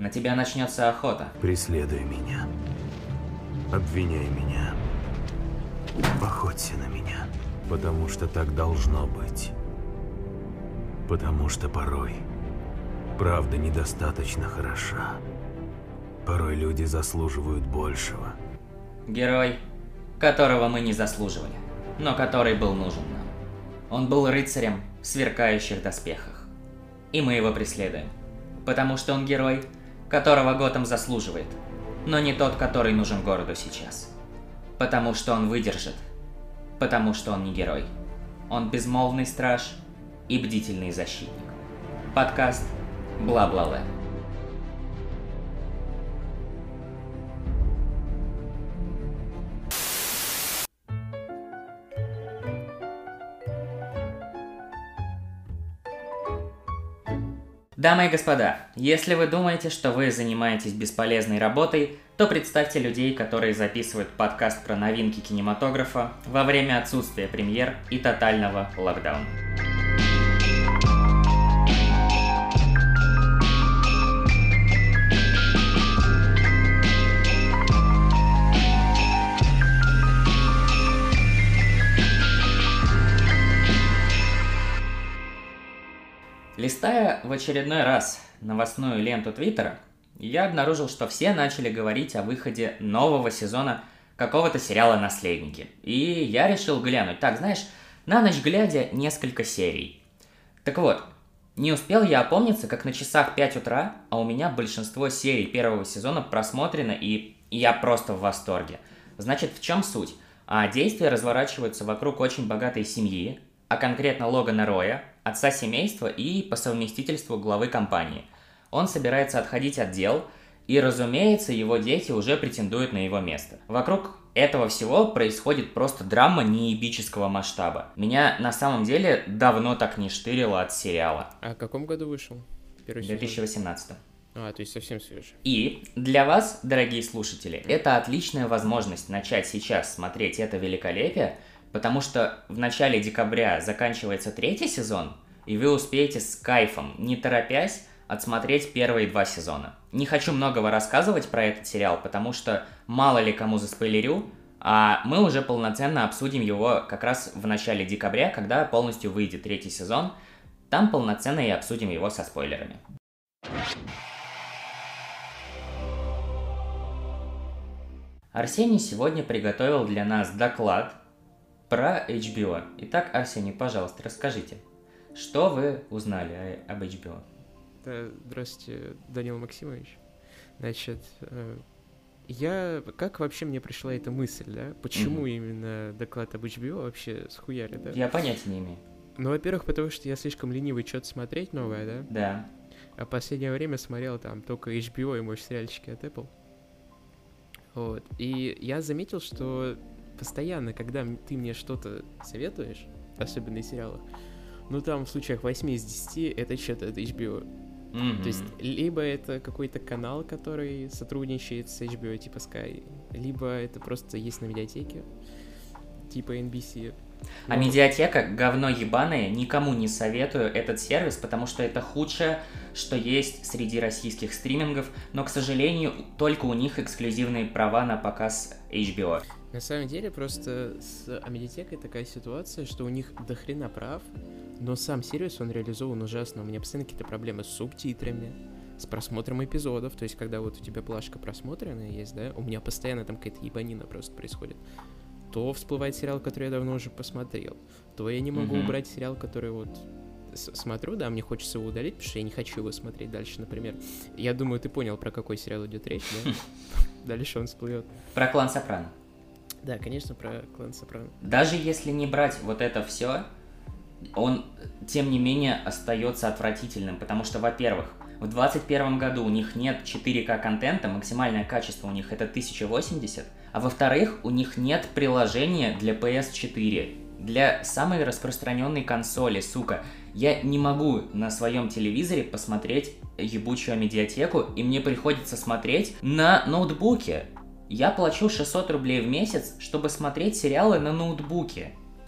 на тебя начнется охота. Преследуй меня. Обвиняй меня. Охоться на меня. Потому что так должно быть. Потому что порой правда недостаточно хороша. Порой люди заслуживают большего. Герой, которого мы не заслуживали, но который был нужен нам. Он был рыцарем в сверкающих доспехах. И мы его преследуем. Потому что он герой, которого Готэм заслуживает, но не тот, который нужен городу сейчас. Потому что он выдержит. Потому что он не герой. Он безмолвный страж и бдительный защитник. Подкаст Бла-Бла-Лэ. Дамы и господа, если вы думаете, что вы занимаетесь бесполезной работой, то представьте людей, которые записывают подкаст про новинки кинематографа во время отсутствия премьер и тотального локдауна. Листая в очередной раз новостную ленту Твиттера, я обнаружил, что все начали говорить о выходе нового сезона какого-то сериала «Наследники». И я решил глянуть. Так, знаешь, на ночь глядя несколько серий. Так вот, не успел я опомниться, как на часах 5 утра, а у меня большинство серий первого сезона просмотрено, и я просто в восторге. Значит, в чем суть? Действия разворачиваются вокруг очень богатой семьи, а конкретно Логана Роя, отца семейства и по совместительству главы компании. Он собирается отходить от дел, и, разумеется, его дети уже претендуют на его место. Вокруг этого всего происходит просто драма неебического масштаба. Меня на самом деле давно так не штырило от сериала. А в каком году вышел? В 2018. То есть совсем свежий. И для вас, дорогие слушатели, это отличная возможность начать сейчас смотреть это великолепие, потому что в начале декабря заканчивается 3-й сезон, и вы успеете с кайфом, не торопясь, отсмотреть первые 2 сезона. Не хочу многого рассказывать про этот сериал, потому что мало ли кому заспойлерю, а мы уже полноценно обсудим его как раз в начале декабря, когда полностью выйдет 3-й сезон. Там полноценно и обсудим его со спойлерами. Арсений сегодня приготовил для нас доклад про HBO. Итак, Арсений, пожалуйста, расскажите, что вы узнали об HBO? Здравствуйте, Данил Максимович. Значит, как вообще мне пришла эта мысль, да? Почему именно доклад об HBO вообще схуяли, да? Я понятия не имею. Ну, во-первых, потому что я слишком ленивый что-то смотреть новое, да? Да. А в последнее время смотрел там только HBO и, может, сериальчики от Apple. Вот. И я заметил, что постоянно, когда ты мне что-то советуешь, особенно из сериалов, ну там в случаях 8 из 10 это что-то от HBO. То есть либо это какой-то канал, который сотрудничает с HBO, типа Sky, либо это просто есть на медиатеке, типа NBC. А медиатека говно ебаное, никому не советую этот сервис, потому что это худшее, что есть среди российских стримингов, но, к сожалению, только у них эксклюзивные права на показ HBO. На самом деле, просто с медиатекой такая ситуация, что у них дохрена прав, но сам сервис, он реализован ужасно. У меня постоянно какие-то проблемы с субтитрами, с просмотром эпизодов, то есть, когда вот у тебя плашка просмотренная есть, да, у меня постоянно там какая-то ебанина просто происходит. То всплывает сериал, который я давно уже посмотрел, то я не могу убрать сериал, который вот смотрю, да, мне хочется его удалить, потому что я не хочу его смотреть дальше, например. Я думаю, ты понял, про какой сериал идет речь, да? Дальше он всплывет. Про «Клан Сопрано». Да, конечно, про «Клан Сопрано». Даже если не брать вот это все, он, тем не менее, остается отвратительным, потому что, во-первых, в 2021 году у них нет 4К контента, максимальное качество у них это 1080, а во-вторых, у них нет приложения для PS4, для самой распространенной консоли, сука. Я не могу на своем телевизоре посмотреть ебучую медиатеку, и мне приходится смотреть на ноутбуке. Я плачу 600 рублей в месяц, чтобы смотреть сериалы на ноутбуке.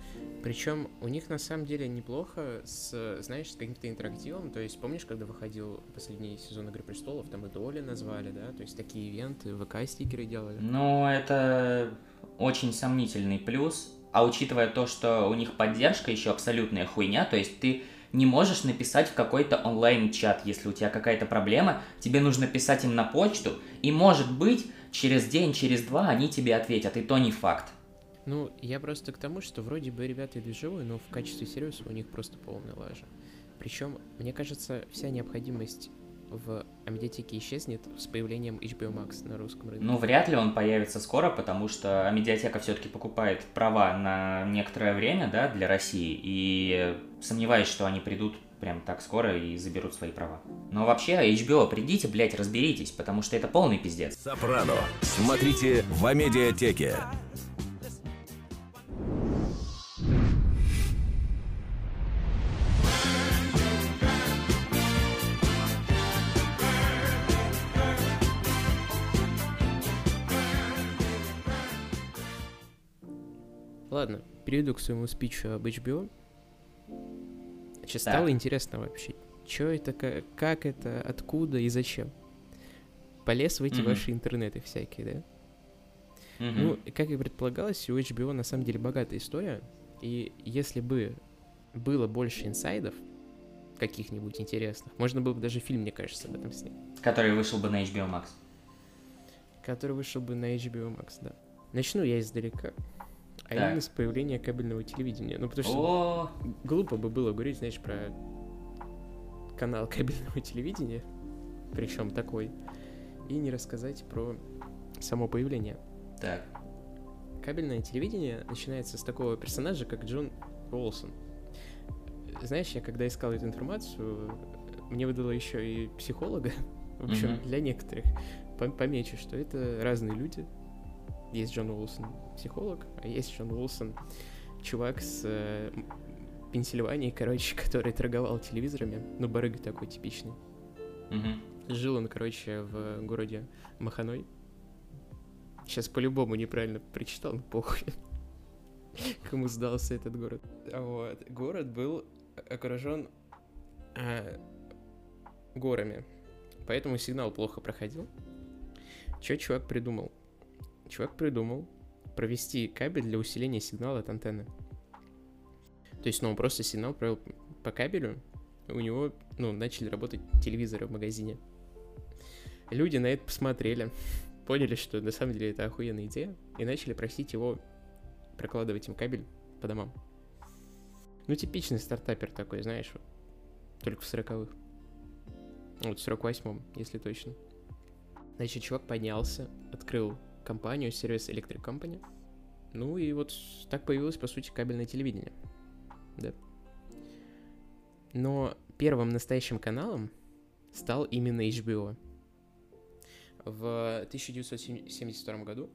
Причем у них на самом деле неплохо знаешь, с каким-то интерактивом. То есть помнишь, когда выходил последний сезон Игры Престолов, там и Доли назвали, да? То есть такие ивенты, ВК-стикеры делали. Ну, это очень сомнительный плюс. А учитывая то, что у них поддержка еще абсолютная хуйня, то есть ты не можешь написать в какой-то онлайн-чат, если у тебя какая-то проблема, тебе нужно писать им на почту, и может быть, через день, через два они тебе ответят, и то не факт. Ну, я просто к тому, что вроде бы ребята и движевые, но в качестве сервиса у них просто полная лажа. Причем, мне кажется, вся необходимость в Амедиатеке исчезнет с появлением HBO Max на русском рынке. Ну, вряд ли он появится скоро, потому что Амедиатека все-таки покупает права на некоторое время, да, для России, и сомневаюсь, что они придут прям так скоро и заберут свои права. Но вообще, HBO, придите, блять, разберитесь, потому что это полный пиздец. «Сопрано». Смотрите в Амедиатеке. Ладно, перейду к своему спичу об HBO. Сейчас стало интересно вообще, что это, как это, откуда и зачем. Полез в эти ваши интернеты всякие, да? Ну, как и предполагалось, у HBO на самом деле богатая история, и если бы было больше инсайдов, каких-нибудь интересных, можно было бы даже фильм, мне кажется, об этом снять. Который вышел бы на HBO Max. Который вышел бы на HBO Max, да. Начну я издалека. А именно с появления кабельного телевидения. Ну, потому что глупо бы было говорить, знаешь, про канал кабельного телевидения, причем такой, и не рассказать про само появление. Так. Кабельное телевидение начинается с такого персонажа, как Джон Уолсон. Знаешь, я когда искал эту информацию, мне выдало еще и психолога. В общем, для некоторых помечу, что это разные люди. Есть Джон Уолсон психолог, а есть Джон Уолсон чувак с Пенсильвании, короче, который торговал телевизорами. Ну, барыга такой типичный. Жил он, короче, в городе Маханой. Сейчас по-любому неправильно прочитал, но похуй. Кому сдался этот город. Вот. Город был окружен горами, поэтому сигнал плохо проходил. Чё чувак придумал? Чувак придумал провести кабель для усиления сигнала от антенны. То есть, он просто сигнал провел по кабелю, у него, начали работать телевизоры в магазине. Люди на это посмотрели, поняли, что на самом деле это охуенная идея, и начали просить его прокладывать им кабель по домам. Ну, типичный стартапер такой, знаешь, вот, только в 40-х. Вот в 48-м, если точно. Значит, чувак поднялся, открыл компанию, сервис Electric Company. Ну и вот так появилось, по сути, кабельное телевидение. Да. Но первым настоящим каналом стал именно HBO. В 1972 году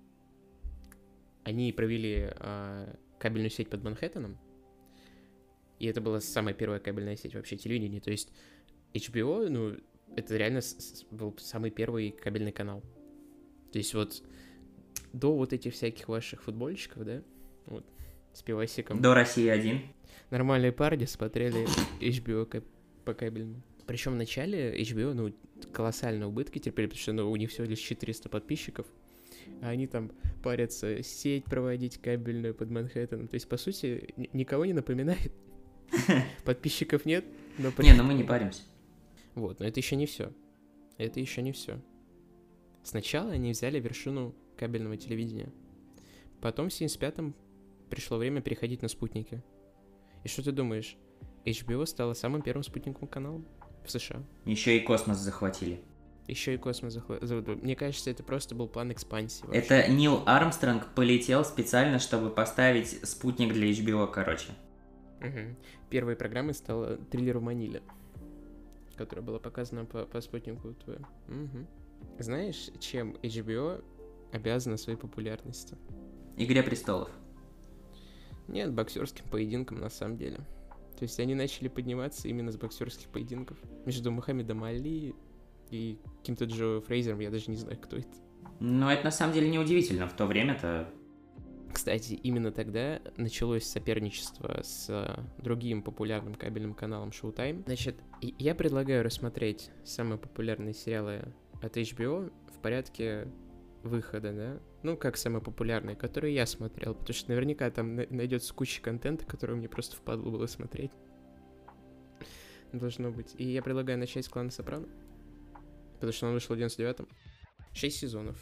они провели кабельную сеть под Манхэттеном. И это была самая первая кабельная сеть вообще телевидения. То есть HBO, это реально был самый первый кабельный канал. То есть вот до вот этих всяких ваших футбольщиков, да, вот, с пивасиком. До России-1. Нормальные парни смотрели HBO по кабельному. Причем в начале HBO, колоссальные убытки терпели, потому что у них всего лишь 400 подписчиков, а они там парятся сеть проводить кабельную под Манхэттеном. То есть, по сути, никого не напоминает. Подписчиков нет, но... Не, мы не паримся. Вот, но это еще не все. Это еще не все. Сначала они взяли вершину кабельного телевидения. Потом в 75-м пришло время переходить на спутники. И что ты думаешь? HBO стала самым первым спутниковым каналом в США. Еще и космос захватили. Еще и космос захватили. Мне кажется, это просто был план экспансии. Вообще. Это Нил Армстронг полетел специально, чтобы поставить спутник для HBO, короче. Первой программой стала «Триллер в Маниле», которая была показана по спутнику ТВ. Знаешь, чем HBO обязана своей популярности? «Игре престолов». Нет, боксерским поединкам на самом деле. То есть они начали подниматься именно с боксерских поединков. Между Мухаммедом Али и каким-то Джо Фрейзером, я даже не знаю, кто это. Ну, это на самом деле неудивительно. В то время-то Кстати, именно тогда началось соперничество с другим популярным кабельным каналом Showtime. Значит, я предлагаю рассмотреть самые популярные сериалы от HBO в порядке выхода, да? Ну, как самые популярные, которые я смотрел, потому что наверняка там найдется куча контента, который мне просто впадло было смотреть. Должно быть. И я предлагаю начать с «Клана Сопрано», потому что он вышел в 99-м. 6 сезонов.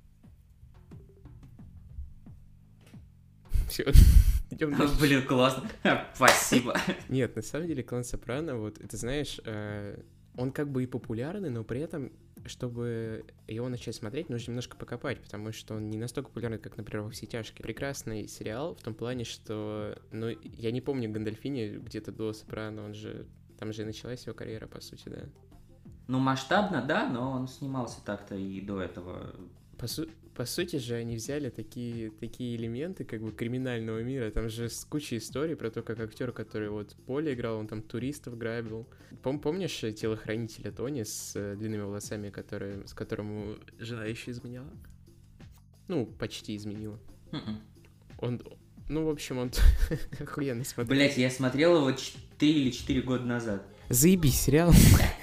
Все, идем дальше. Блин, классно. Спасибо. Нет, на самом деле «Клан Сопрано», вот, ты знаешь, он как бы и популярный, но при этом, чтобы его начать смотреть, нужно немножко покопать, потому что он не настолько популярный, как, например, «Во все тяжкие». Прекрасный сериал в том плане, что, ну, я не помню Гандольфини где-то до «Сопрано», он же, там же и началась его карьера, по сути, да. Ну, масштабно, да, но он снимался так-то и до этого. По сути же они взяли такие элементы как бы криминального мира. Там же с кучей историй про то, как актер, который вот Поля играл, он там туристов грабил. Помнишь телохранителя Тони с длинными волосами, с которым жена еще изменяла? Ну, почти изменила. Ну, в общем, он охуенно смотрел. Блять, я смотрел его 3 или 4 года назад. Заебись, сериал.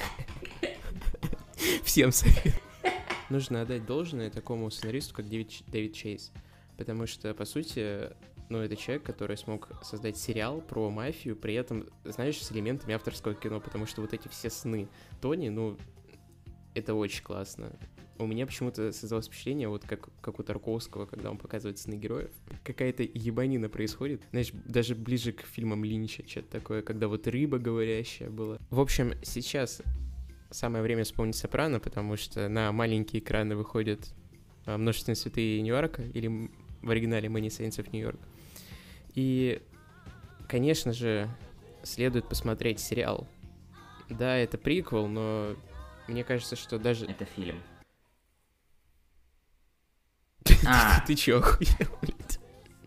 Всем советую. Нужно отдать должное такому сценаристу, как Дэвид Чейз. Потому что, по сути, ну, это человек, который смог создать сериал про мафию, при этом, знаешь, с элементами авторского кино, потому что вот эти все сны Тони, ну, это очень классно. У меня почему-то создалось впечатление, вот как у Тарковского, когда он показывает сны героев, какая-то ебанина происходит. Знаешь, даже ближе к фильмам Линча, что-то такое, когда вот рыба говорящая была. В общем, сейчас самое время вспомнить «Сопрано», потому что на маленькие экраны выходят «Множественные цветы Нью-Йорка», или в оригинале «Many Saints of New York». И, конечно же, следует посмотреть сериал. Да, это приквел, но мне кажется, что даже... Это фильм. Ты чё, охуел, блядь?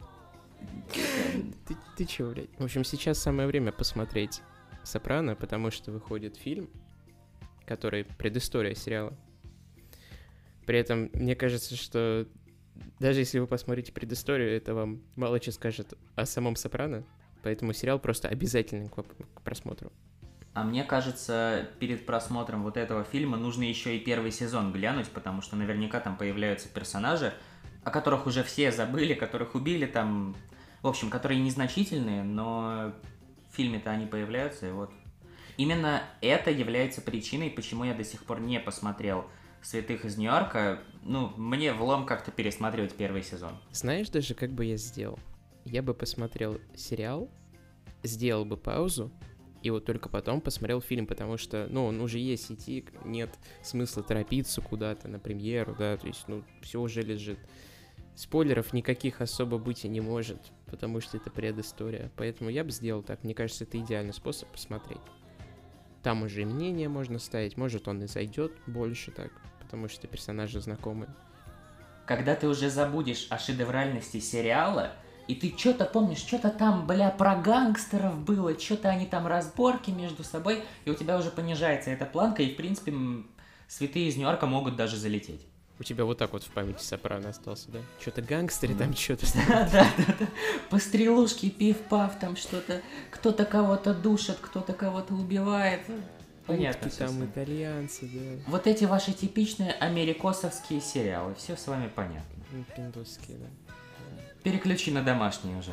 Ты чё, блядь? В общем, сейчас самое время посмотреть «Сопрано», потому что выходит фильм, который предыстория сериала. При этом, мне кажется, что даже если вы посмотрите предысторию, это вам мало чего скажет о самом «Сопрано», поэтому сериал просто обязательный к просмотру. А мне кажется, перед просмотром вот этого фильма нужно еще и первый сезон глянуть, потому что наверняка там появляются персонажи, о которых уже все забыли, которых убили там, в общем, которые незначительные, но в фильме-то они появляются, и вот. Именно это является причиной, почему я до сих пор не посмотрел «Святых из Нью-Йорка». Ну, мне влом как-то пересматривать первый сезон. Знаешь даже, как бы я сделал? Я бы посмотрел сериал, сделал бы паузу, и вот только потом посмотрел фильм, потому что, ну, он уже есть в сети, нет смысла торопиться куда-то на премьеру, да, то есть, ну, все уже лежит. Спойлеров никаких особо быть и не может, потому что это предыстория. Поэтому я бы сделал так. Мне кажется, это идеальный способ посмотреть. Там уже и мнение можно ставить, может он и зайдет больше так, потому что персонажи знакомые. Когда ты уже забудешь о шедевральности сериала, и ты что-то помнишь, что-то там, бля, про гангстеров было, что-то они там разборки между собой, и у тебя уже понижается эта планка, и, в принципе, «Святые из Нью-Йорка» могут даже залететь. У тебя вот так вот в памяти «Сопрано» остался, да? Что-то гангстеры там, что-то... Да. Пострелушки, пиф-паф, там что-то... Кто-то кого-то душит, кто-то кого-то убивает. Понятно. Утки там, итальянцы, да. Вот эти ваши типичные америкосовские сериалы. Все с вами понятно. Пиндосские, да. Переключи на домашний уже.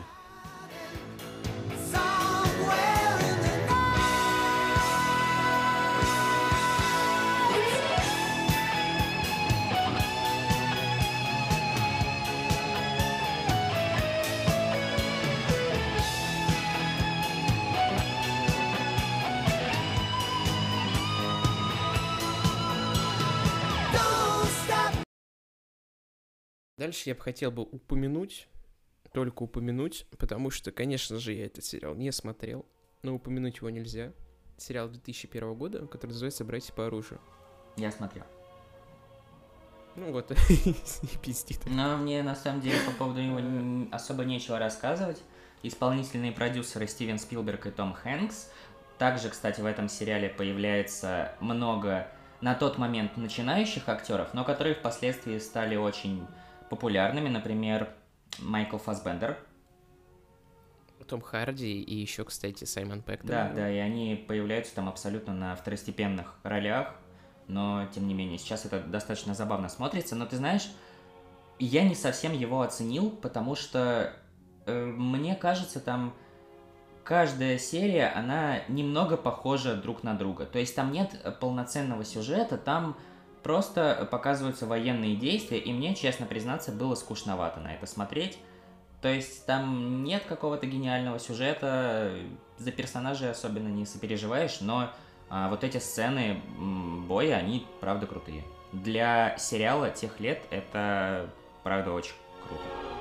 Дальше я бы хотел бы упомянуть, потому что, конечно же, я этот сериал не смотрел, но упомянуть его нельзя. Сериал 2001 года, который называется «Братья по оружию». Я смотрел. Ну вот, пиздит. Но мне, на самом деле, по поводу него особо нечего рассказывать. Исполнительные продюсеры Стивен Спилберг и Том Хэнкс. Также, кстати, в этом сериале появляется много на тот момент начинающих актеров, но которые впоследствии стали очень популярными. Например, Майкл Фассбендер. Том Харди и еще, кстати, Саймон Пегг. Да, да, и они появляются там абсолютно на второстепенных ролях, но, тем не менее, сейчас это достаточно забавно смотрится. Но ты знаешь, я не совсем его оценил, потому что мне кажется, там каждая серия, она немного похожа друг на друга. То есть там нет полноценного сюжета, там просто показываются военные действия, и мне, честно признаться, было скучновато на это смотреть. То есть там нет какого-то гениального сюжета, за персонажей особенно не сопереживаешь, но вот эти сцены боя, они правда крутые. Для сериала тех лет это правда очень круто.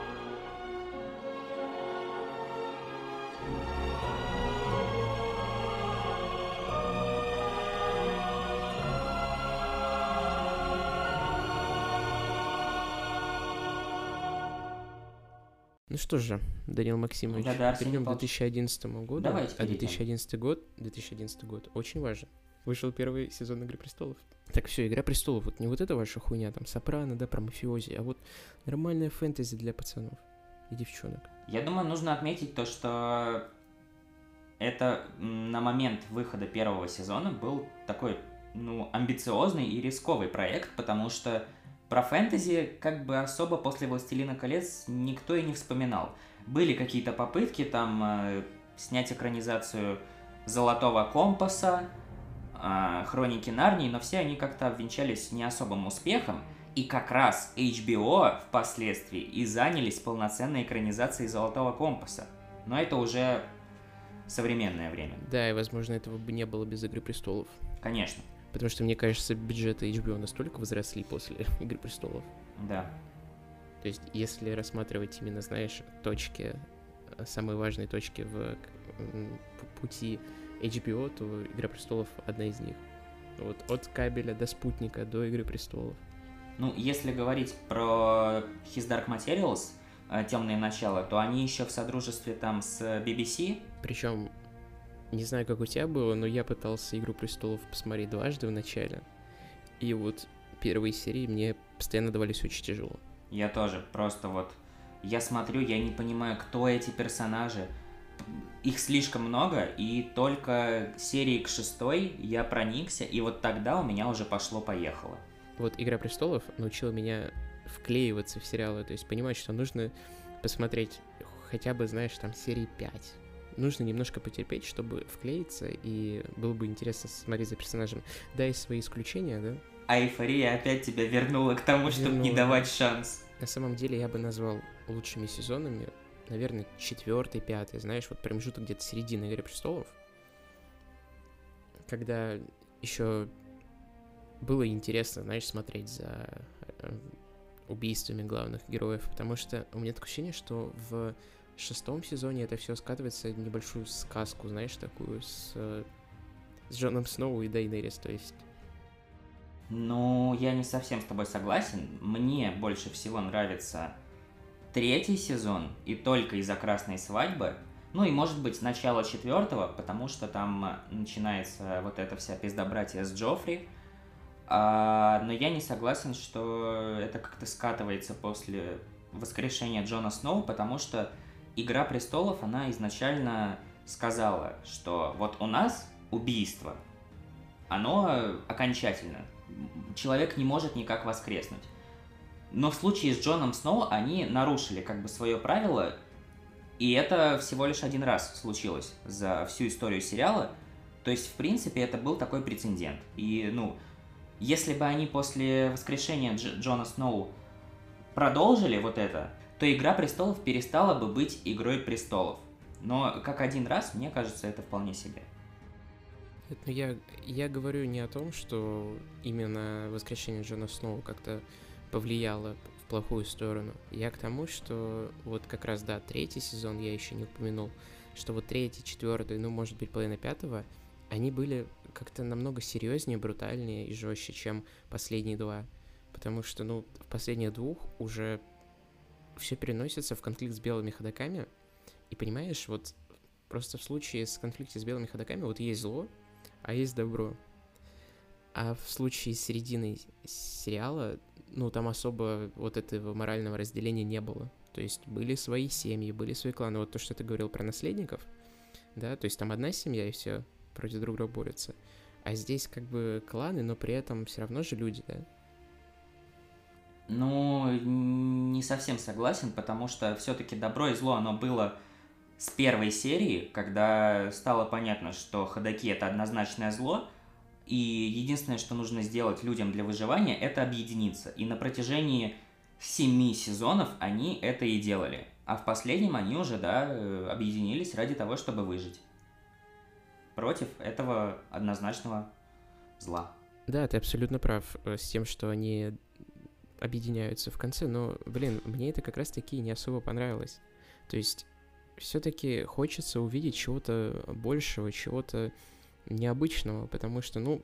Ну что же, Данил Максимович, Да-да, перейдем к Арсений 2011 году. Давайте А перейдем. 2011 год очень важен. Вышел первый сезон «Игры престолов». Так все, «Игра престолов», вот не вот эта ваша хуйня, там, «Сопрано», да, про мафиози, а вот нормальная фэнтези для пацанов и девчонок. Я думаю, нужно отметить то, что это на момент выхода первого сезона был такой, амбициозный и рисковый проект, потому что про фэнтези как бы особо после «Властелина колец» никто и не вспоминал. Были какие-то попытки там снять экранизацию «Золотого компаса», «Хроники Нарнии», но все они как-то обвенчались не особым успехом. И как раз HBO впоследствии и занялись полноценной экранизацией «Золотого компаса». Но это уже современное время. Да, и, возможно, этого бы не было без «Игры престолов». Конечно. Потому что, мне кажется, бюджеты HBO настолько возросли после «Игры престолов». Да. То есть, если рассматривать именно, знаешь, точки, самые важные точки в пути HBO, то «Игра престолов» одна из них. Вот от кабеля до спутника, до «Игры престолов». Если говорить про His Dark Materials, «Темные начала», то они еще в содружестве там с BBC. Причем, не знаю, как у тебя было, но я пытался «Игру престолов» посмотреть дважды в начале. И вот первые серии мне постоянно давались очень тяжело. Я тоже, просто я смотрю, я не понимаю, кто эти персонажи. Их слишком много, и только серии к 6 я проникся, и вот тогда у меня уже пошло-поехало. Вот «Игра престолов» научила меня вклеиваться в сериалы, то есть понимать, что нужно посмотреть хотя бы, знаешь, там серии 5. Нужно немножко потерпеть, чтобы вклеиться, и было бы интересно смотреть за персонажем. Да, есть свои исключения, да? А эйфория опять тебя вернула к тому, чтобы не давать шанс. На самом деле я бы назвал лучшими сезонами, наверное, 4-й, 5-й, знаешь, вот промежуток где-то середины «Игры престолов», когда еще было интересно, знаешь, смотреть за убийствами главных героев, потому что у меня такое ощущение, что в 6-м сезоне это все скатывается в небольшую сказку, знаешь, такую с Джоном Сноу и Дейнерис, то есть... Я не совсем с тобой согласен. Мне больше всего нравится 3-й сезон, и только из-за «Красной свадьбы». И, может быть, начало 4-го, потому что там начинается вот эта вся пиздобратья с Джоффри. Но я не согласен, что это как-то скатывается после воскрешения Джона Сноу, потому что «Игра престолов», она изначально сказала, что вот у нас убийство, оно окончательно. Человек не может никак воскреснуть. Но в случае с Джоном Сноу они нарушили как бы свое правило, и это всего лишь один раз случилось за всю историю сериала. То есть, в принципе, это был такой прецедент. И, если бы они после воскрешения Джона Сноу продолжили вот это, то «Игра престолов» перестала бы быть «Игрой престолов». Но как один раз, мне кажется, это вполне себе. Но я говорю не о том, что именно воскрешение Джона Сноу как-то повлияло в плохую сторону. Я к тому, что вот как раз, да, 3-й сезон я еще не упомянул, что вот 3-й, 4-й, может быть, половина 5-го, они были как-то намного серьезнее, брутальнее и жестче, чем последние 2. Потому что, в последних 2 уже все переносится в конфликт с белыми ходоками. И понимаешь, вот просто в случае с конфликте с белыми ходоками вот есть зло, а есть добро. А в случае с середины сериала, ну, там особо вот этого морального разделения не было. То есть были свои семьи, были свои кланы. Вот то, что ты говорил про наследников, да, то есть там одна семья и все против друг друга борются. А здесь как бы кланы, но при этом все равно же люди, да? Ну, не совсем согласен, потому что все-таки добро и зло, оно было с первой серии, когда стало понятно, что ходаки — это однозначное зло, и единственное, что нужно сделать людям для выживания, это объединиться. И на протяжении 7 сезонов они это и делали. А в последнем они уже, да, объединились ради того, чтобы выжить. Против этого однозначного зла. Да, ты абсолютно прав с тем, что они объединяются в конце, но, блин, мне это как раз-таки не особо понравилось. То есть все-таки хочется увидеть чего-то большего, чего-то необычного, потому что, ну,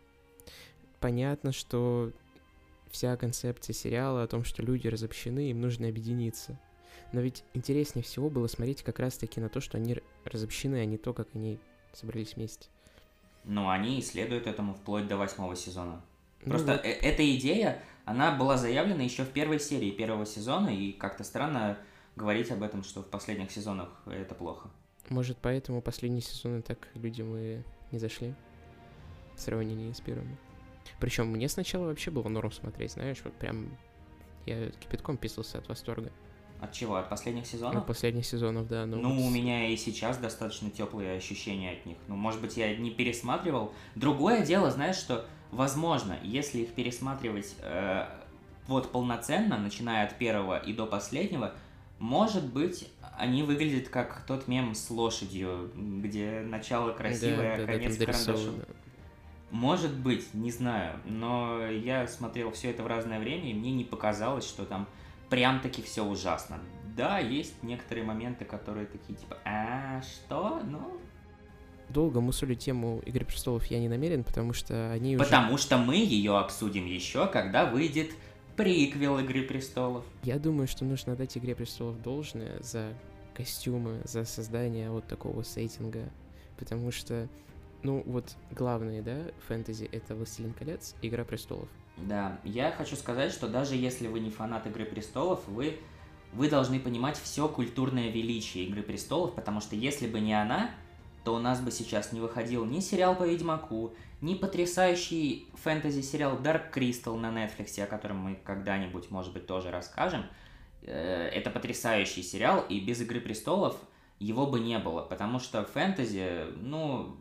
понятно, что вся концепция сериала о том, что люди разобщены, им нужно объединиться. Но ведь интереснее всего было смотреть как раз-таки на то, что они разобщены, а не то, как они собрались вместе. Ну, они исследуют этому вплоть до 8 сезона. Ну Просто вот. эта идея, она была заявлена еще в первой серии первого сезона, и как-то странно говорить об этом, что в последних сезонах это плохо. Может, поэтому последние сезоны так людям и не зашли в сравнении с первыми. Причем мне сначала вообще было норм смотреть, знаешь, вот прям я кипятком писался от восторга. От чего? От последних сезонов? От последних сезонов, да. Ну, вот у меня и сейчас достаточно теплые ощущения от них. Ну, может быть, я не пересматривал. Другое дело, знаешь, что, возможно, если их пересматривать вот полноценно, начиная от первого и до последнего, может быть, они выглядят как тот мем с лошадью, где начало красивое, а конец карандашом. да. Может быть, не знаю, но я смотрел все это в разное время, и мне не показалось, что там прям-таки все ужасно. Да, есть некоторые моменты, которые такие, типа, что? Ну... Долго мусолить тему «Игры престолов» я не намерен, потому что они уже... Потому что мы ее обсудим еще, когда выйдет приквел «Игры престолов». Я думаю, что нужно дать «Игре престолов» должное за костюмы, за создание вот такого сеттинга, потому что, ну, вот главные, да, фэнтези — это «Властелин колец» и «Игра престолов». Да, я хочу сказать, что даже если вы не фанат «Игры престолов», вы должны понимать все культурное величие «Игры престолов», потому что если бы не она, то у нас бы сейчас не выходил ни сериал по Ведьмаку, ни потрясающий фэнтези-сериал Dark Crystal на Netflix, о котором мы когда-нибудь, может быть, тоже расскажем. Это потрясающий сериал, и без «Игры престолов» его бы не было, потому что фэнтези, ну,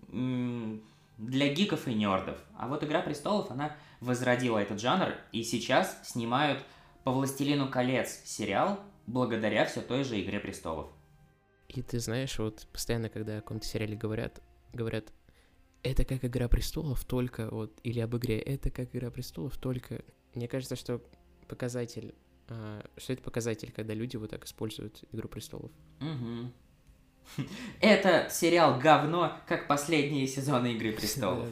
для гиков и нердов. А вот «Игра престолов», она возродила этот жанр, и сейчас снимают по «Властелину колец» сериал благодаря все той же «Игре престолов». И ты знаешь, вот постоянно, когда о каком-то сериале говорят, это как «Игра престолов», только вот, или об игре, это как «Игра престолов», только... Мне кажется, что показатель, что это показатель, когда люди вот так используют «Игру престолов». Угу. Это сериал говно, как последние сезоны «Игры престолов».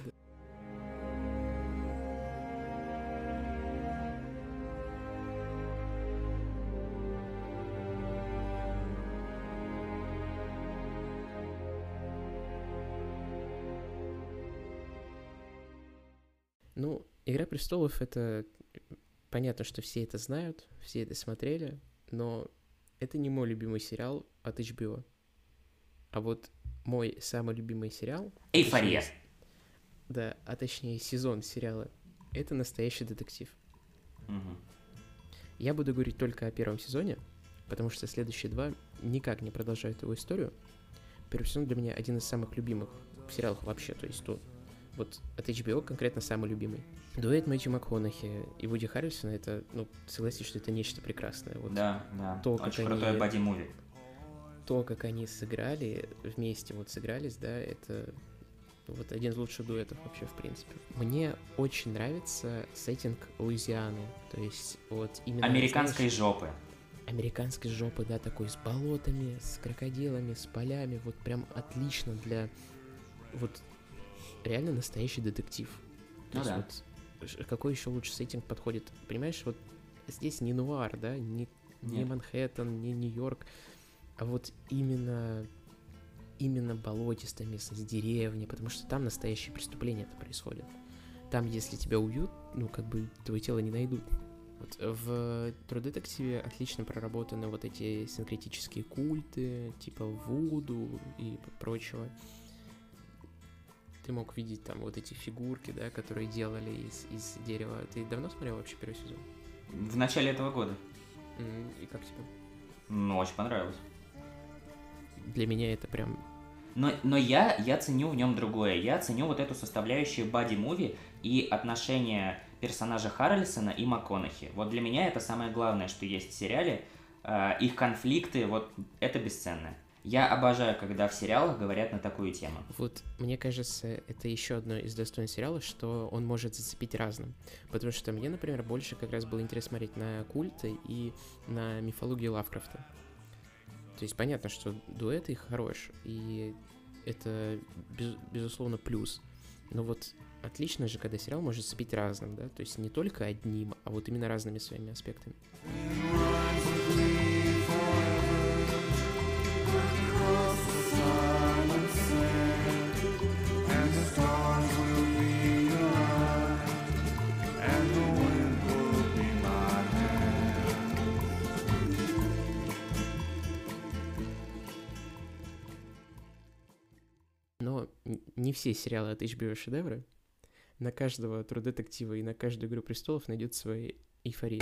Ну, «Игра престолов» — это... Понятно, что все это знают, все это смотрели, но это не мой любимый сериал от HBO. А вот мой самый любимый сериал... «Эйфория». Да, а точнее сезон сериала — это «Настоящий детектив». Угу. Я буду говорить только о первом сезоне, потому что следующие два никак не продолжают его историю. Первый сезон для меня один из самых любимых сериалов вообще, то есть вот от HBO конкретно самый любимый. Дуэт Мэтью МакКонахи и Вуди Харрельсона — это, ну, согласись, что это нечто прекрасное. Вот да, то, очень крутой боди-муви. То, как они сыграли, вместе вот сыгрались, да, это вот один из лучших дуэтов вообще, в принципе. Мне очень нравится сеттинг Луизианы, то есть вот именно... Американской жопы. Американской жопы, да, такой с болотами, с крокодилами, с полями, вот прям отлично для вот реально настоящий детектив. То есть вот какой еще лучше сеттинг подходит? Понимаешь, вот здесь не нуар, да, не Манхэттен, не Нью-Йорк, а вот именно болотистое место, с деревни, потому что там настоящие преступления-то происходят. там, если тебя убьют, ну, как бы, твое тело не найдут. Вот в True Detective отлично проработаны вот эти синкретические культы, типа Вуду и прочего. Ты мог видеть там вот эти фигурки, да, которые делали из дерева. Ты давно смотрел вообще первый сезон? В начале этого года. И как тебе? Ну, очень понравилось. Для меня это прям... Но я ценю в нем другое. Я ценю вот эту составляющую бади-муви и отношения персонажа Харрельсона и МакКонахи. Вот для меня это самое главное, что есть в сериале. Их конфликты, вот это бесценно. Я обожаю, когда в сериалах говорят на такую тему. Вот, мне кажется, это еще одно из достоинств сериала, что он может зацепить разным. Потому что мне, например, больше как раз было интересно смотреть на культы и на мифологию Лавкрафта. То есть понятно, что дуэт их хорош, и это, безусловно, плюс. Но вот отлично же, когда сериал может зацепить разным, да? То есть не только одним, а вот именно разными своими аспектами. Но не все сериалы от HBO шедевры. На каждого True Detective и на каждую Игру Престолов найдет свои эйфории.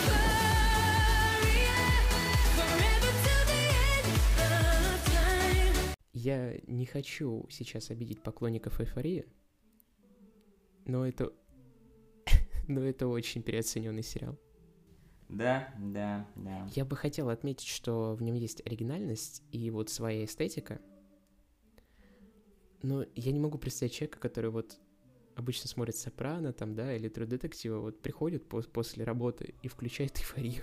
Я не хочу сейчас обидеть поклонников эйфории, но это очень переоцененный сериал. Да. Я бы хотел отметить, что в нем есть оригинальность и вот своя эстетика. Но я не могу представить человека, который вот обычно смотрит «Сопрано», там, да, или True Detective, вот приходит после работы и включает эйфорию.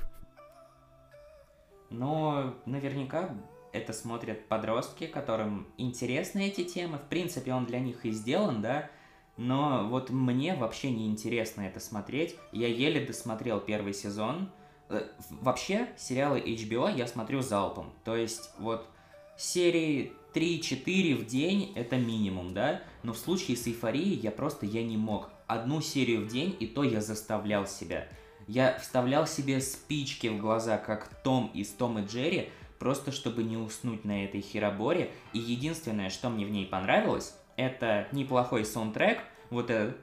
Но наверняка это смотрят подростки, которым интересны эти темы. В принципе, он для них и сделан, да. Но вот мне вообще не интересно это смотреть. Я еле досмотрел первый сезон. Вообще, сериалы HBO я смотрю залпом. То есть, вот серии 3-4 в день это минимум, да? Но в случае с «Эйфорией» я не мог. Одну серию в день, и то я заставлял себя. Я вставлял себе спички в глаза, как Том из «Том и Джерри», просто чтобы не уснуть на этой хероборе. И единственное, что мне в ней понравилось, это неплохой саундтрек, вот этот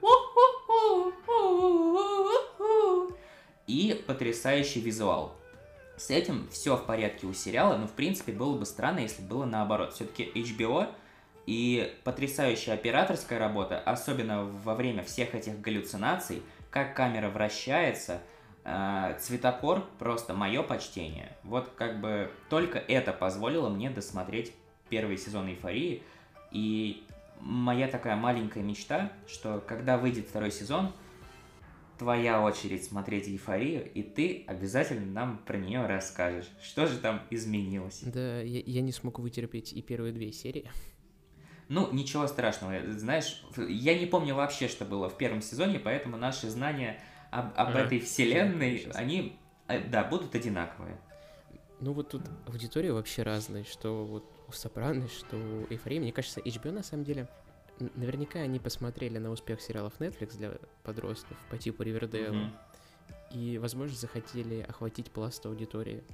и потрясающий визуал. С этим все в порядке у сериала, но в принципе было бы странно, если было наоборот. Все-таки HBO и потрясающая операторская работа, особенно во время всех этих галлюцинаций, как камера вращается, цветокор, просто мое почтение. Вот как бы только это позволило мне досмотреть первый сезон «Эйфории». И моя такая маленькая мечта, что когда выйдет второй сезон, твоя очередь смотреть «Эйфорию», и ты обязательно нам про нее расскажешь. Что же там изменилось? Да, я не смог вытерпеть и первые 2 серии. Ну, ничего страшного. Знаешь, я не помню вообще, что было в первом сезоне, поэтому наши знания об этой вселенной, они, да, будут одинаковые. Ну вот тут аудитория вообще разная, что вот у «Сопрано», что у «Эйфории». Мне кажется, HBO на самом деле... Наверняка они посмотрели на успех сериалов Netflix для подростков по типу «Ривердэйла», и, возможно, захотели охватить пласт аудитории.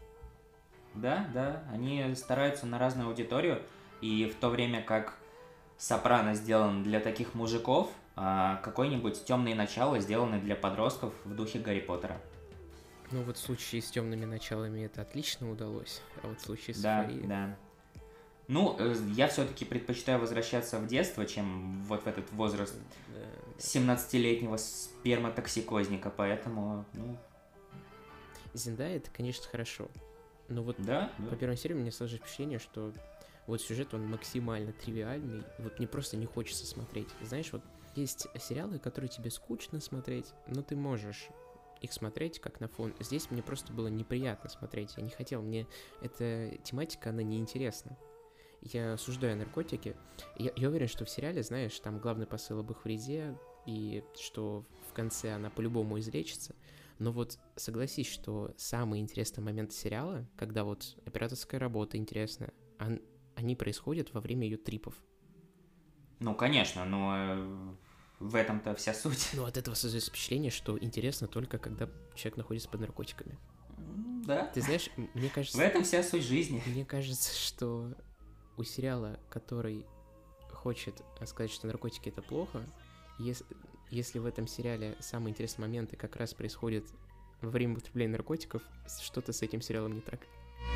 Да, они стараются на разную аудиторию, и в то время как «Сопрано» сделан для таких мужиков, а какой-нибудь «Темные начала» сделаны для подростков в духе Гарри Поттера. Ну вот в случае с «Темными началами» это отлично удалось, а вот в случае с «Эйфорией». Да. Ну, я все-таки предпочитаю возвращаться в детство, чем вот в этот возраст 17-летнего сперматоксикозника, поэтому, Зендая — это, конечно, хорошо, но вот да? по первой серии у меня сложилось впечатление, что вот сюжет, он максимально тривиальный, вот мне просто не хочется смотреть. Знаешь, вот есть сериалы, которые тебе скучно смотреть, но ты можешь их смотреть как на фон. Здесь мне просто было неприятно смотреть, я не хотел, мне эта тематика, она неинтересна. Я осуждаю наркотики. Я уверен, что в сериале, знаешь, там главный посыл об их вреде, и что в конце она по-любому излечится. Но вот согласись, что самый интересный момент сериала, когда вот операторская работа интересная, они происходят во время ее трипов. Ну, конечно, но В этом-то вся суть. Ну, от этого создается впечатление, что интересно только, когда человек находится под наркотиками. Да. Ты знаешь, мне кажется... В этом вся суть жизни. Мне кажется, что у сериала, который хочет сказать, что наркотики — это плохо, если в этом сериале самые интересные моменты как раз происходят во время употребления наркотиков, что-то с этим сериалом не так.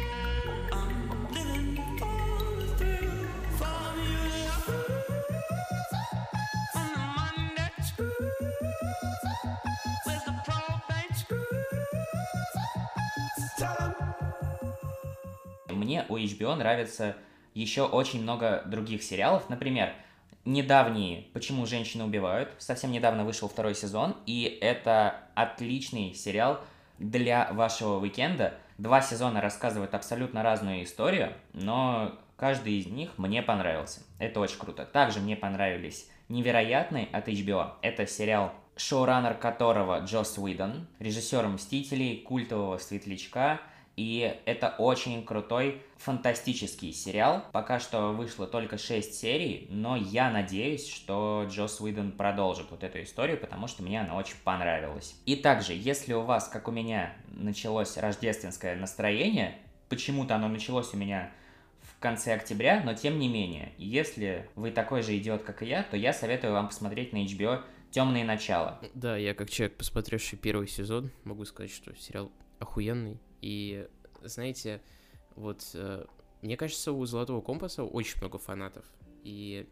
Мне у HBO нравится еще очень много других сериалов. Например, недавний «Почему женщины убивают». Совсем недавно вышел 2 сезон, и это отличный сериал для вашего уикенда. 2 сезона рассказывают абсолютно разную историю, но каждый из них мне понравился. Это очень круто. Также мне понравились «Невероятный» от HBO. Это сериал, шоураннер которого Джосс Уидон, режиссер «Мстителей», культового «Светлячка». И это очень крутой, фантастический сериал. Пока что вышло только 6 серий, но я надеюсь, что Джосс Уидон продолжит вот эту историю, потому что мне она очень понравилась. И также, если у вас, как у меня, началось рождественское настроение, почему-то оно началось у меня в конце октября, но тем не менее, если вы такой же идиот, как и я, то я советую вам посмотреть на HBO «Темные начала». Да, я как человек, посмотревший 1 сезон, могу сказать, что сериал охуенный. И, знаете, вот мне кажется, у «Золотого компаса» очень много фанатов. И,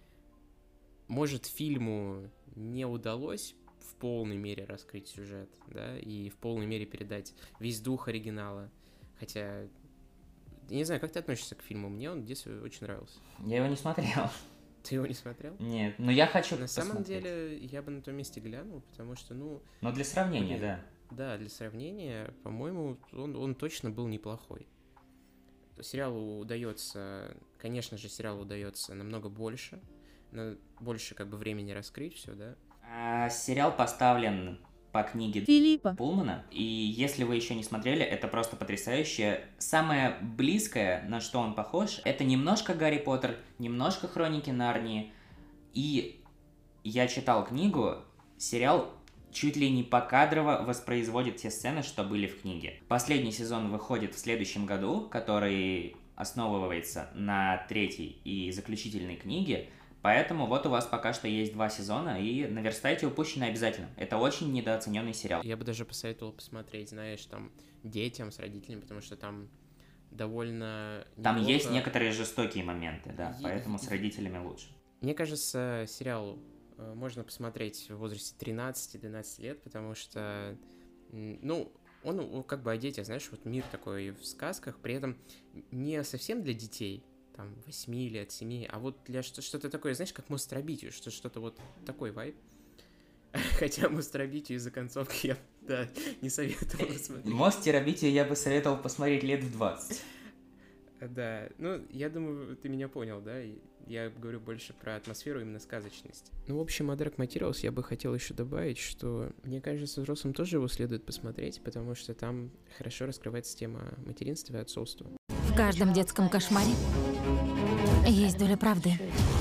может, фильму не удалось в полной мере раскрыть сюжет, да, и в полной мере передать весь дух оригинала. Хотя, я не знаю, как ты относишься к фильму? Мне он в детстве очень нравился. Я его не смотрел. Ты его не смотрел? Нет, но я хочу На посмотреть. самом деле, я бы на том месте глянул, потому что, ну... Но для сравнения, блин, да. Да, для сравнения, по-моему, он точно был неплохой. Сериалу удается, конечно же, намного больше, больше как бы времени раскрыть все, да. Сериал поставлен по книге Филиппа Пулмана, и если вы еще не смотрели, это просто потрясающе. Самое близкое, на что он похож, это немножко Гарри Поттер, немножко Хроники Нарнии, и я читал книгу, сериал чуть ли не покадрово воспроизводит те сцены, что были в книге. Последний сезон выходит в следующем году, который основывается на 3-й и заключительной книге, поэтому вот у вас пока что есть 2 сезона, и наверстайте упущенное обязательно. Это очень недооцененный сериал. Я бы даже посоветовал посмотреть, знаешь, там, детям с родителями, потому что там довольно Там неплохо. есть некоторые жестокие моменты, да, поэтому с родителями лучше. Мне кажется, сериал можно посмотреть в возрасте 13-12 лет, потому что, ну, он как бы о детях, знаешь, вот мир такой в сказках, при этом не совсем для детей, там, 8 лет, 7, а вот для что-то такое, знаешь, как «Мост Терабитию», что-то вот такой вайб. Хотя «Мост Терабитию» из-за концовки я, да, не советовал смотреть. «Мост Терабитию» я бы советовал посмотреть лет в 20. Да, ну, я думаю, ты меня понял, да? Я говорю больше про атмосферу, именно сказочность. Ну, в общем, о Dark Materials я бы хотел еще добавить, что, мне кажется, взрослым тоже его следует посмотреть, потому что там хорошо раскрывается тема материнства и отцовства. В каждом детском кошмаре есть доля правды.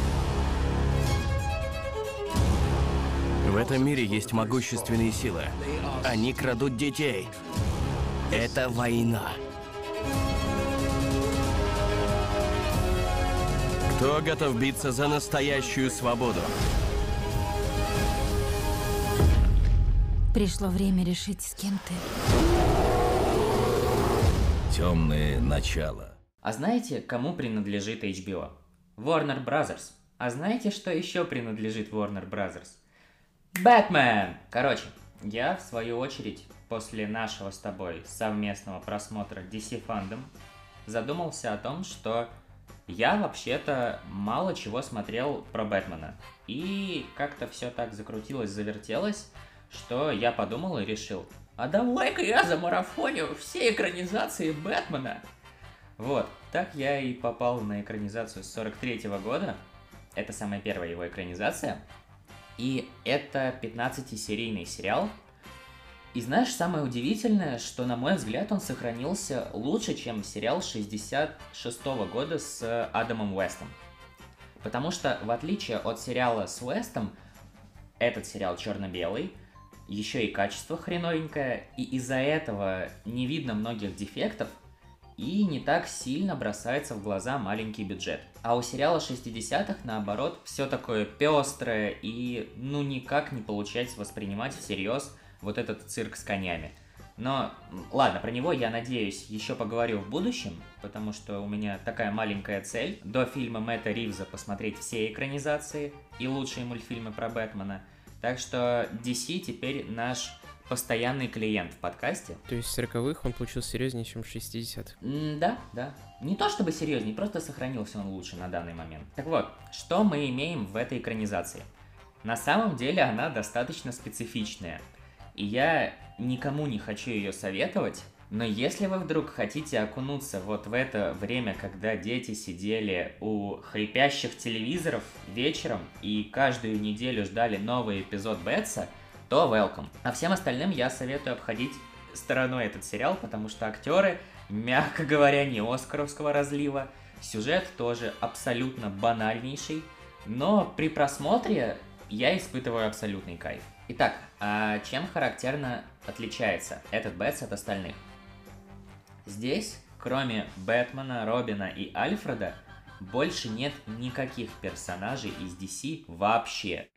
В этом мире есть могущественные силы. Они крадут детей. Это война. Кто готов биться за настоящую свободу? Пришло время решить, с кем ты. Темные начала. А знаете, кому принадлежит HBO? Warner Brothers. А знаете, что еще принадлежит Warner Brothers? Бэтмен! Короче, я, в свою очередь, после нашего с тобой совместного просмотра DC Fandom задумался о том, что я вообще-то мало чего смотрел про Бэтмена. И как-то все так закрутилось, завертелось, что я подумал и решил, а давай-ка я замарафоню все экранизации Бэтмена. Вот, так я и попал на экранизацию с 43-го года. Это самая первая его экранизация. И это 15-серийный сериал. И знаешь, самое удивительное, что, на мой взгляд, он сохранился лучше, чем сериал 66-го года с Адамом Уэстом. Потому что, в отличие от сериала с Уэстом, этот сериал черно-белый, еще и качество хреновенькое, и из-за этого не видно многих дефектов, и не так сильно бросается в глаза маленький бюджет. А у сериала 60-х, наоборот, все такое пестрое, и никак не получается воспринимать всерьез вот этот цирк с конями. Но, ладно, про него я, надеюсь, еще поговорю в будущем, потому что у меня такая маленькая цель до фильма Мэтта Ривза посмотреть все экранизации и лучшие мультфильмы про Бэтмена. Так что DC теперь наш постоянный клиент в подкасте. То есть в 40-х он получился серьезнее, чем в 60-х? Да. Не то чтобы серьезнее, просто сохранился он лучше на данный момент. Так вот, что мы имеем в этой экранизации? На самом деле она достаточно специфичная. И я никому не хочу ее советовать, но если вы вдруг хотите окунуться вот в это время, когда дети сидели у хрипящих телевизоров вечером и каждую неделю ждали новый эпизод Бэтса, то welcome. А всем остальным я советую обходить стороной этот сериал, потому что актеры, мягко говоря, не оскаровского разлива, сюжет тоже абсолютно банальнейший, но при просмотре я испытываю абсолютный кайф. Итак, а чем характерно отличается этот Бэтс от остальных? Здесь, кроме Бэтмена, Робина и Альфреда, больше нет никаких персонажей из DC вообще.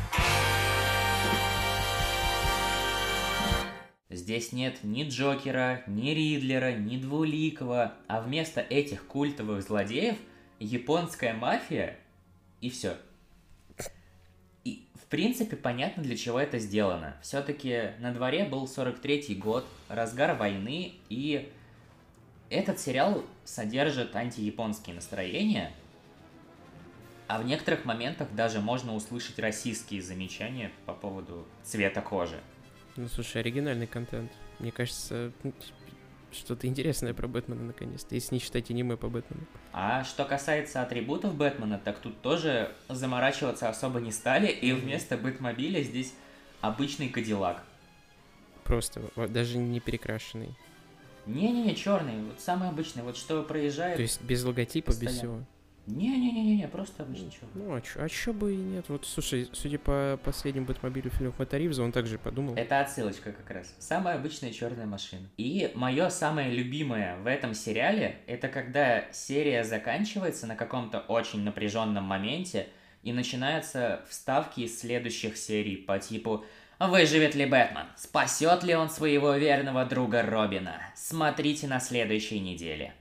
Здесь нет ни Джокера, ни Ридлера, ни Двуликого, а вместо этих культовых злодеев японская мафия и все. И, в принципе, понятно, для чего это сделано. Все-таки на дворе был 43-й год, разгар войны, и этот сериал содержит антияпонские настроения, а в некоторых моментах даже можно услышать российские замечания по поводу цвета кожи. Ну, слушай, оригинальный контент. Мне кажется, что-то интересное про Бэтмена наконец-то, если не считать аниме по Бэтмену. А что касается атрибутов Бэтмена, так тут тоже заморачиваться особо не стали, и вместо Бэтмобиля здесь обычный Кадиллак. Просто, даже не перекрашенный. Не-не-не, черный, вот самый обычный, вот что проезжает. То есть без логотипа, постоянно. без всего? Не-не-не, просто обычный черный. Ну, а чё бы и нет? Вот, слушай, судя по последнему Бэтмобилю фильмов Мэтта Ривза, он также подумал. Это отсылочка как раз. Самая обычная черная машина. И мое самое любимое в этом сериале, это когда серия заканчивается на каком-то очень напряженном моменте, и начинаются вставки из следующих серий по типу «Выживет ли Бэтмен? Спасет ли он своего верного друга Робина? Смотрите на следующей неделе».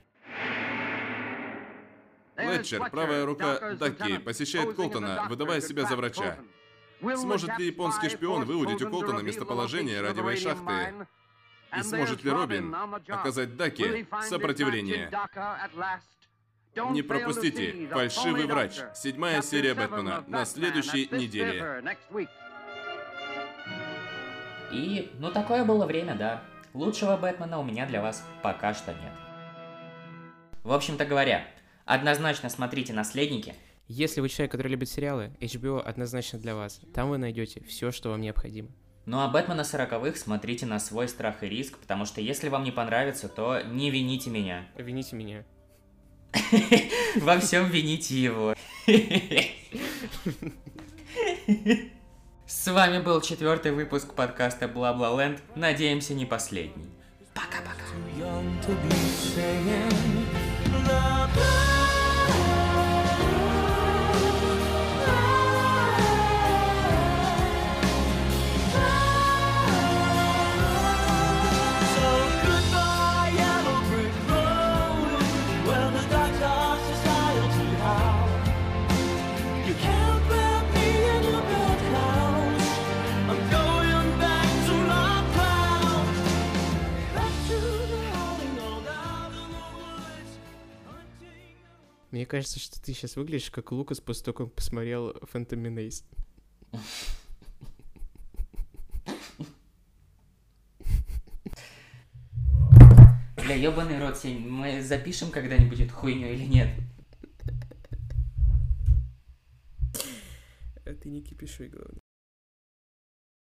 Флетчер, правая рука Даки, посещает Колтона, выдавая себя за врача. Сможет ли японский шпион выудить у Колтона местоположение радиовой шахты? И сможет ли Робин оказать Даки сопротивление? Не пропустите «Фальшивый врач», 7-я серия Бэтмена, на следующей неделе. И, такое было время, да. Лучшего Бэтмена у меня для вас пока что нет. В общем-то говоря, однозначно смотрите «Наследники». Если вы человек, который любит сериалы, HBO однозначно для вас. Там вы найдете все, что вам необходимо. Ну а Бэтмена 40-х смотрите на свой страх и риск, потому что если вам не понравится, то не вините меня. Вините меня. Во всем вините его. С вами был 4-й выпуск подкаста Бла-Бла-Ленд. Надеемся, не последний. Пока-пока. Мне кажется, что ты сейчас выглядишь как Лукас после того, как посмотрел Phantom Menace. Бля, ёбаный рот, Сень, мы запишем когда-нибудь эту хуйню или нет? Ты не кипишуй, главное.